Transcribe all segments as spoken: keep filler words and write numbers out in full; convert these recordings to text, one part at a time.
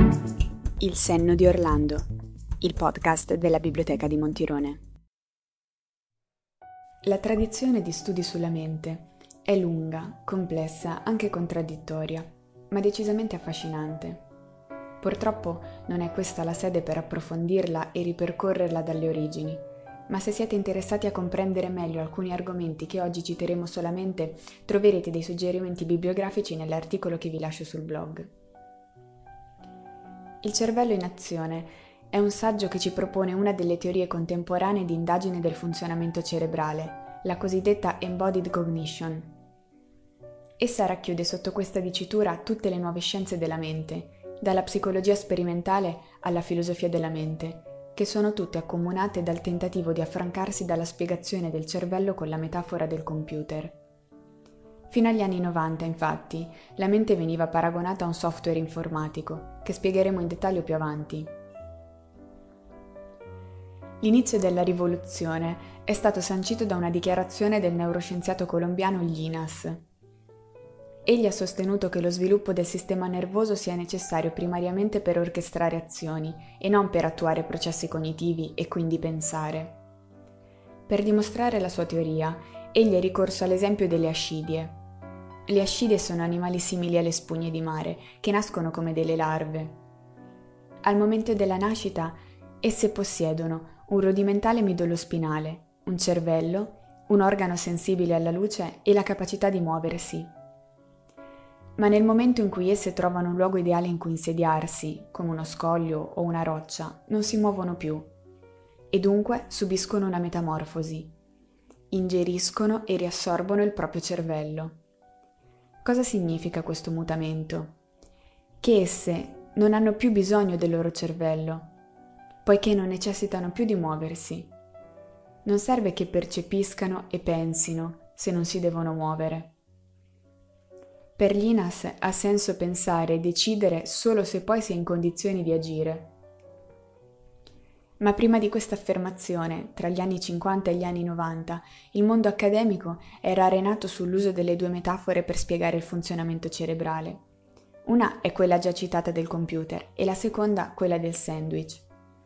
Il senno di Orlando, il podcast della Biblioteca di Montirone. La tradizione di studi sulla mente è lunga, complessa, anche contraddittoria, ma decisamente affascinante. Purtroppo non è questa la sede per approfondirla e ripercorrerla dalle origini, ma se siete interessati a comprendere meglio alcuni argomenti che oggi citeremo solamente, troverete dei suggerimenti bibliografici nell'articolo che vi lascio sul blog. Il cervello in azione è un saggio che ci propone una delle teorie contemporanee di indagine del funzionamento cerebrale, la cosiddetta embodied cognition. Essa racchiude sotto questa dicitura tutte le nuove scienze della mente, dalla psicologia sperimentale alla filosofia della mente, che sono tutte accomunate dal tentativo di affrancarsi dalla spiegazione del cervello con la metafora del computer. Fino agli anni novanta, infatti, la mente veniva paragonata a un software informatico, che spiegheremo in dettaglio più avanti. L'inizio della rivoluzione è stato sancito da una dichiarazione del neuroscienziato colombiano Llinas. Egli ha sostenuto che lo sviluppo del sistema nervoso sia necessario primariamente per orchestrare azioni e non per attuare processi cognitivi e quindi pensare. Per dimostrare la sua teoria, egli è ricorso all'esempio delle ascidie. Le ascidie sono animali simili alle spugne di mare, che nascono come delle larve. Al momento della nascita, esse possiedono un rudimentale midollo spinale, un cervello, un organo sensibile alla luce e la capacità di muoversi. Ma nel momento in cui esse trovano un luogo ideale in cui insediarsi, come uno scoglio o una roccia, non si muovono più e dunque subiscono una metamorfosi. Ingeriscono e riassorbono il proprio cervello. Cosa significa questo mutamento? Che esse non hanno più bisogno del loro cervello, poiché non necessitano più di muoversi. Non serve che percepiscano e pensino se non si devono muovere. Per Llinas ha senso pensare e decidere solo se poi si è in condizioni di agire. Ma prima di questa affermazione, tra gli anni cinquanta e gli anni novanta, il mondo accademico era arenato sull'uso delle due metafore per spiegare il funzionamento cerebrale. Una è quella già citata del computer e la seconda quella del sandwich.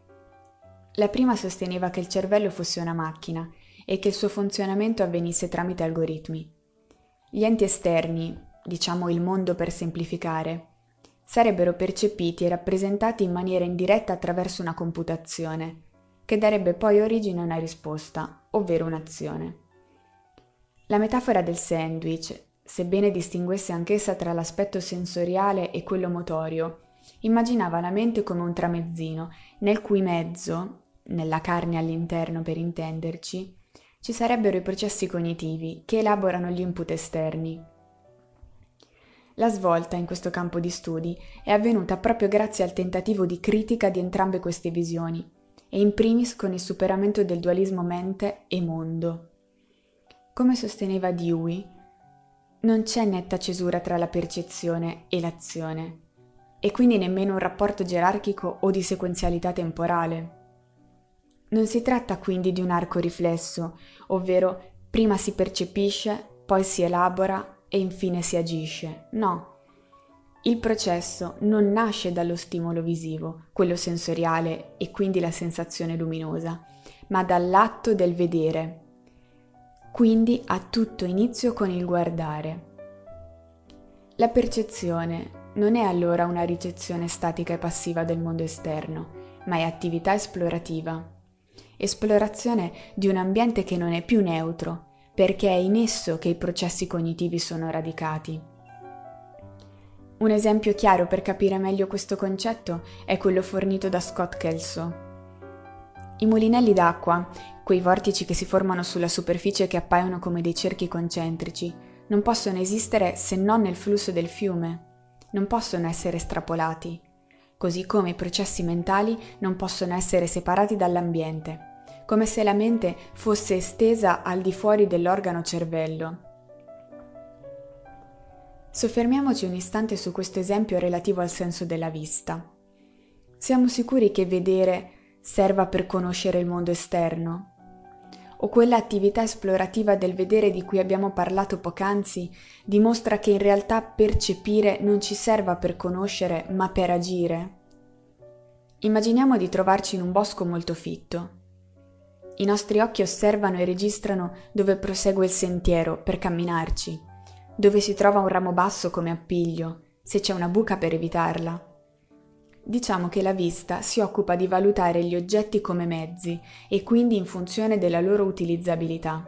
La prima sosteneva che il cervello fosse una macchina e che il suo funzionamento avvenisse tramite algoritmi. Gli enti esterni, diciamo il mondo per semplificare, sarebbero percepiti e rappresentati in maniera indiretta attraverso una computazione, che darebbe poi origine a una risposta, ovvero un'azione. La metafora del sandwich, sebbene distinguesse anch'essa tra l'aspetto sensoriale e quello motorio, immaginava la mente come un tramezzino, nel cui mezzo, nella carne all'interno per intenderci, ci sarebbero i processi cognitivi che elaborano gli input esterni. La svolta in questo campo di studi è avvenuta proprio grazie al tentativo di critica di entrambe queste visioni, e in primis con il superamento del dualismo mente e mondo. Come sosteneva Dewey, non c'è netta cesura tra la percezione e l'azione, e quindi nemmeno un rapporto gerarchico o di sequenzialità temporale. Non si tratta quindi di un arco riflesso, ovvero prima si percepisce, poi si elabora e infine si agisce. No. Il processo non nasce dallo stimolo visivo, quello sensoriale e quindi la sensazione luminosa, ma dall'atto del vedere. Quindi ha tutto inizio con il guardare. La percezione non è allora una ricezione statica e passiva del mondo esterno, ma è attività esplorativa. Esplorazione di un ambiente che non è più neutro, perché è in esso che i processi cognitivi sono radicati. Un esempio chiaro per capire meglio questo concetto è quello fornito da Scott Kelso. I mulinelli d'acqua, quei vortici che si formano sulla superficie e che appaiono come dei cerchi concentrici, non possono esistere se non nel flusso del fiume, non possono essere estrapolati, così come i processi mentali non possono essere separati dall'ambiente, come se la mente fosse estesa al di fuori dell'organo cervello. Soffermiamoci un istante su questo esempio relativo al senso della vista. Siamo sicuri che vedere serva per conoscere il mondo esterno? O quella attività esplorativa del vedere di cui abbiamo parlato poc'anzi dimostra che in realtà percepire non ci serva per conoscere, ma per agire? Immaginiamo di trovarci in un bosco molto fitto. I nostri occhi osservano e registrano dove prosegue il sentiero per camminarci, dove si trova un ramo basso come appiglio, se c'è una buca per evitarla. Diciamo che la vista si occupa di valutare gli oggetti come mezzi e quindi in funzione della loro utilizzabilità.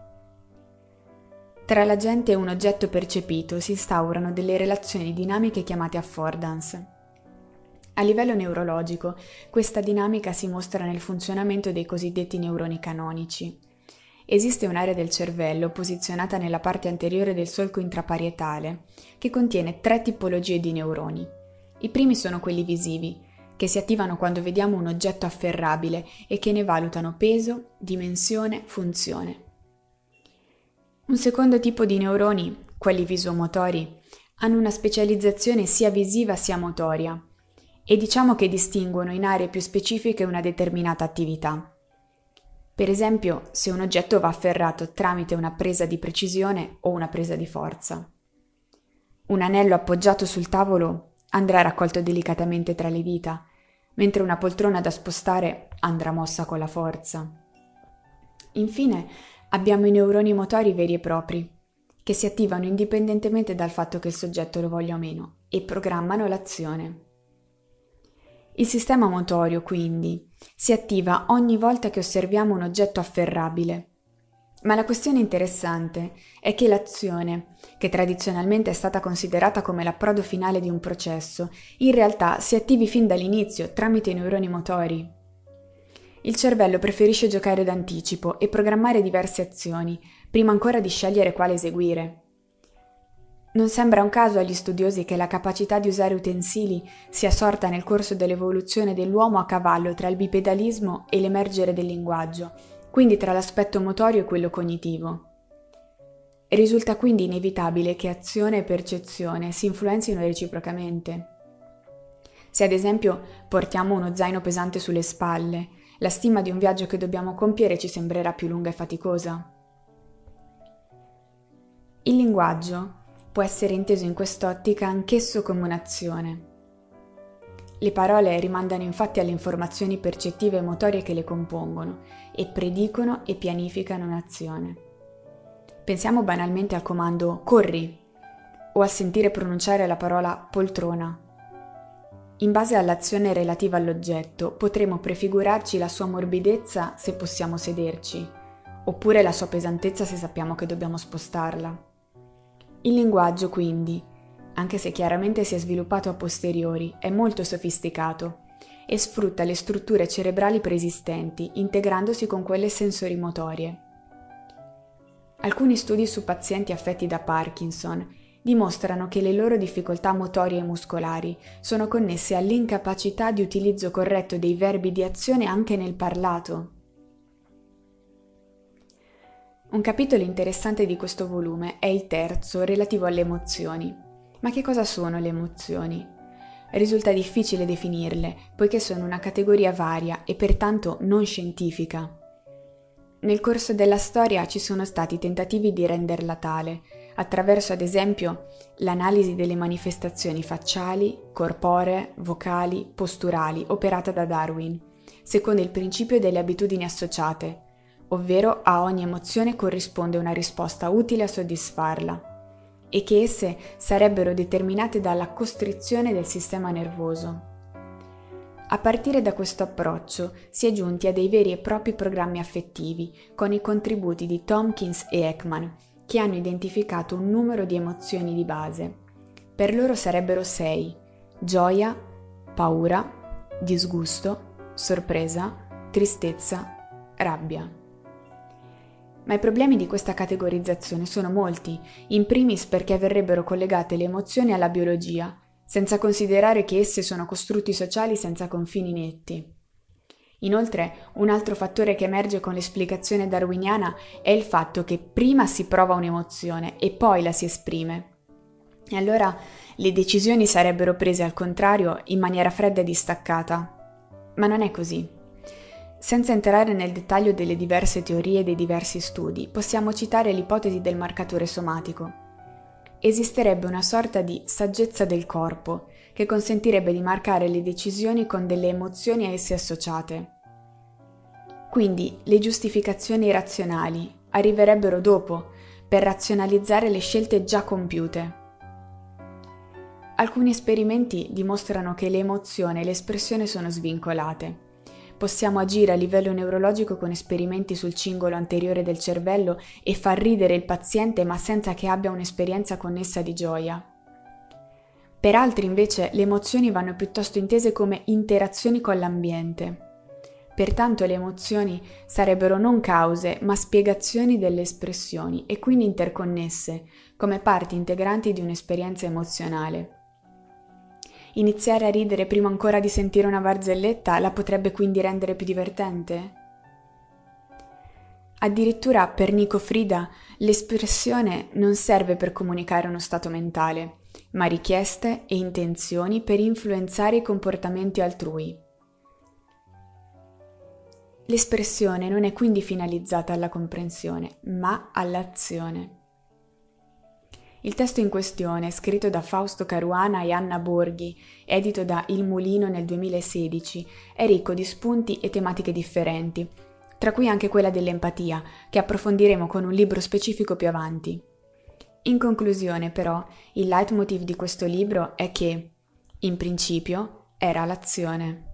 Tra la gente e un oggetto percepito si instaurano delle relazioni dinamiche chiamate affordance. A livello neurologico, questa dinamica si mostra nel funzionamento dei cosiddetti neuroni canonici. Esiste un'area del cervello posizionata nella parte anteriore del solco intraparietale che contiene tre tipologie di neuroni. I primi sono quelli visivi, che si attivano quando vediamo un oggetto afferrabile e che ne valutano peso, dimensione, funzione. Un secondo tipo di neuroni, quelli visomotori, hanno una specializzazione sia visiva sia motoria e diciamo che distinguono in aree più specifiche una determinata attività. Per esempio, se un oggetto va afferrato tramite una presa di precisione o una presa di forza. Un anello appoggiato sul tavolo andrà raccolto delicatamente tra le dita, mentre una poltrona da spostare andrà mossa con la forza. Infine, abbiamo i neuroni motori veri e propri, che si attivano indipendentemente dal fatto che il soggetto lo voglia o meno e programmano l'azione. Il sistema motorio, quindi, si attiva ogni volta che osserviamo un oggetto afferrabile. Ma la questione interessante è che l'azione, che tradizionalmente è stata considerata come l'approdo finale di un processo, in realtà si attivi fin dall'inizio tramite i neuroni motori. Il cervello preferisce giocare d'anticipo e programmare diverse azioni, prima ancora di scegliere quale eseguire. Non sembra un caso agli studiosi che la capacità di usare utensili sia sorta nel corso dell'evoluzione dell'uomo a cavallo tra il bipedalismo e l'emergere del linguaggio, quindi tra l'aspetto motorio e quello cognitivo. Risulta quindi inevitabile che azione e percezione si influenzino reciprocamente. Se ad esempio portiamo uno zaino pesante sulle spalle, la stima di un viaggio che dobbiamo compiere ci sembrerà più lunga e faticosa. Il linguaggio può essere inteso in quest'ottica anch'esso come un'azione. Le parole rimandano infatti alle informazioni percettive e motorie che le compongono e predicono e pianificano un'azione. Pensiamo banalmente al comando corri o a sentire pronunciare la parola poltrona. In base all'azione relativa all'oggetto potremo prefigurarci la sua morbidezza se possiamo sederci, oppure la sua pesantezza se sappiamo che dobbiamo spostarla. Il linguaggio, quindi, anche se chiaramente si è sviluppato a posteriori, è molto sofisticato e sfrutta le strutture cerebrali preesistenti, integrandosi con quelle sensorimotorie. Alcuni studi su pazienti affetti da Parkinson dimostrano che le loro difficoltà motorie e muscolari sono connesse all'incapacità di utilizzo corretto dei verbi di azione anche nel parlato. Un capitolo interessante di questo volume è il terzo, relativo alle emozioni. Ma che cosa sono le emozioni? Risulta difficile definirle, poiché sono una categoria varia e pertanto non scientifica. Nel corso della storia ci sono stati tentativi di renderla tale, attraverso ad esempio l'analisi delle manifestazioni facciali, corporee, vocali, posturali, operata da Darwin, secondo il principio delle abitudini associate, ovvero a ogni emozione corrisponde una risposta utile a soddisfarla, e che esse sarebbero determinate dalla costrizione del sistema nervoso. A partire da questo approccio si è giunti a dei veri e propri programmi affettivi, con i contributi di Tompkins e Ekman, che hanno identificato un numero di emozioni di base. Per loro sarebbero sei: gioia, paura, disgusto, sorpresa, tristezza, rabbia. Ma i problemi di questa categorizzazione sono molti, in primis perché verrebbero collegate le emozioni alla biologia, senza considerare che esse sono costrutti sociali senza confini netti. Inoltre, un altro fattore che emerge con l'esplicazione darwiniana è il fatto che prima si prova un'emozione e poi la si esprime. E allora le decisioni sarebbero prese al contrario in maniera fredda e distaccata. Ma non è così. Senza entrare nel dettaglio delle diverse teorie e dei diversi studi, possiamo citare l'ipotesi del marcatore somatico. Esisterebbe una sorta di saggezza del corpo, che consentirebbe di marcare le decisioni con delle emozioni a esse associate. Quindi le giustificazioni razionali arriverebbero dopo, per razionalizzare le scelte già compiute. Alcuni esperimenti dimostrano che le emozioni e l'espressione sono svincolate. Possiamo agire a livello neurologico con esperimenti sul cingolo anteriore del cervello e far ridere il paziente ma senza che abbia un'esperienza connessa di gioia. Per altri invece le emozioni vanno piuttosto intese come interazioni con l'ambiente. Pertanto le emozioni sarebbero non cause ma spiegazioni delle espressioni e quindi interconnesse, come parti integranti di un'esperienza emozionale. Iniziare a ridere prima ancora di sentire una barzelletta la potrebbe quindi rendere più divertente? Addirittura per Nico Frida l'espressione non serve per comunicare uno stato mentale, ma richieste e intenzioni per influenzare i comportamenti altrui. L'espressione non è quindi finalizzata alla comprensione, ma all'azione. Il testo in questione, scritto da Fausto Caruana e Anna Borghi, edito da Il Mulino nel duemilasedici, è ricco di spunti e tematiche differenti, tra cui anche quella dell'empatia, che approfondiremo con un libro specifico più avanti. In conclusione, però, il leitmotiv di questo libro è che, in principio, era l'azione.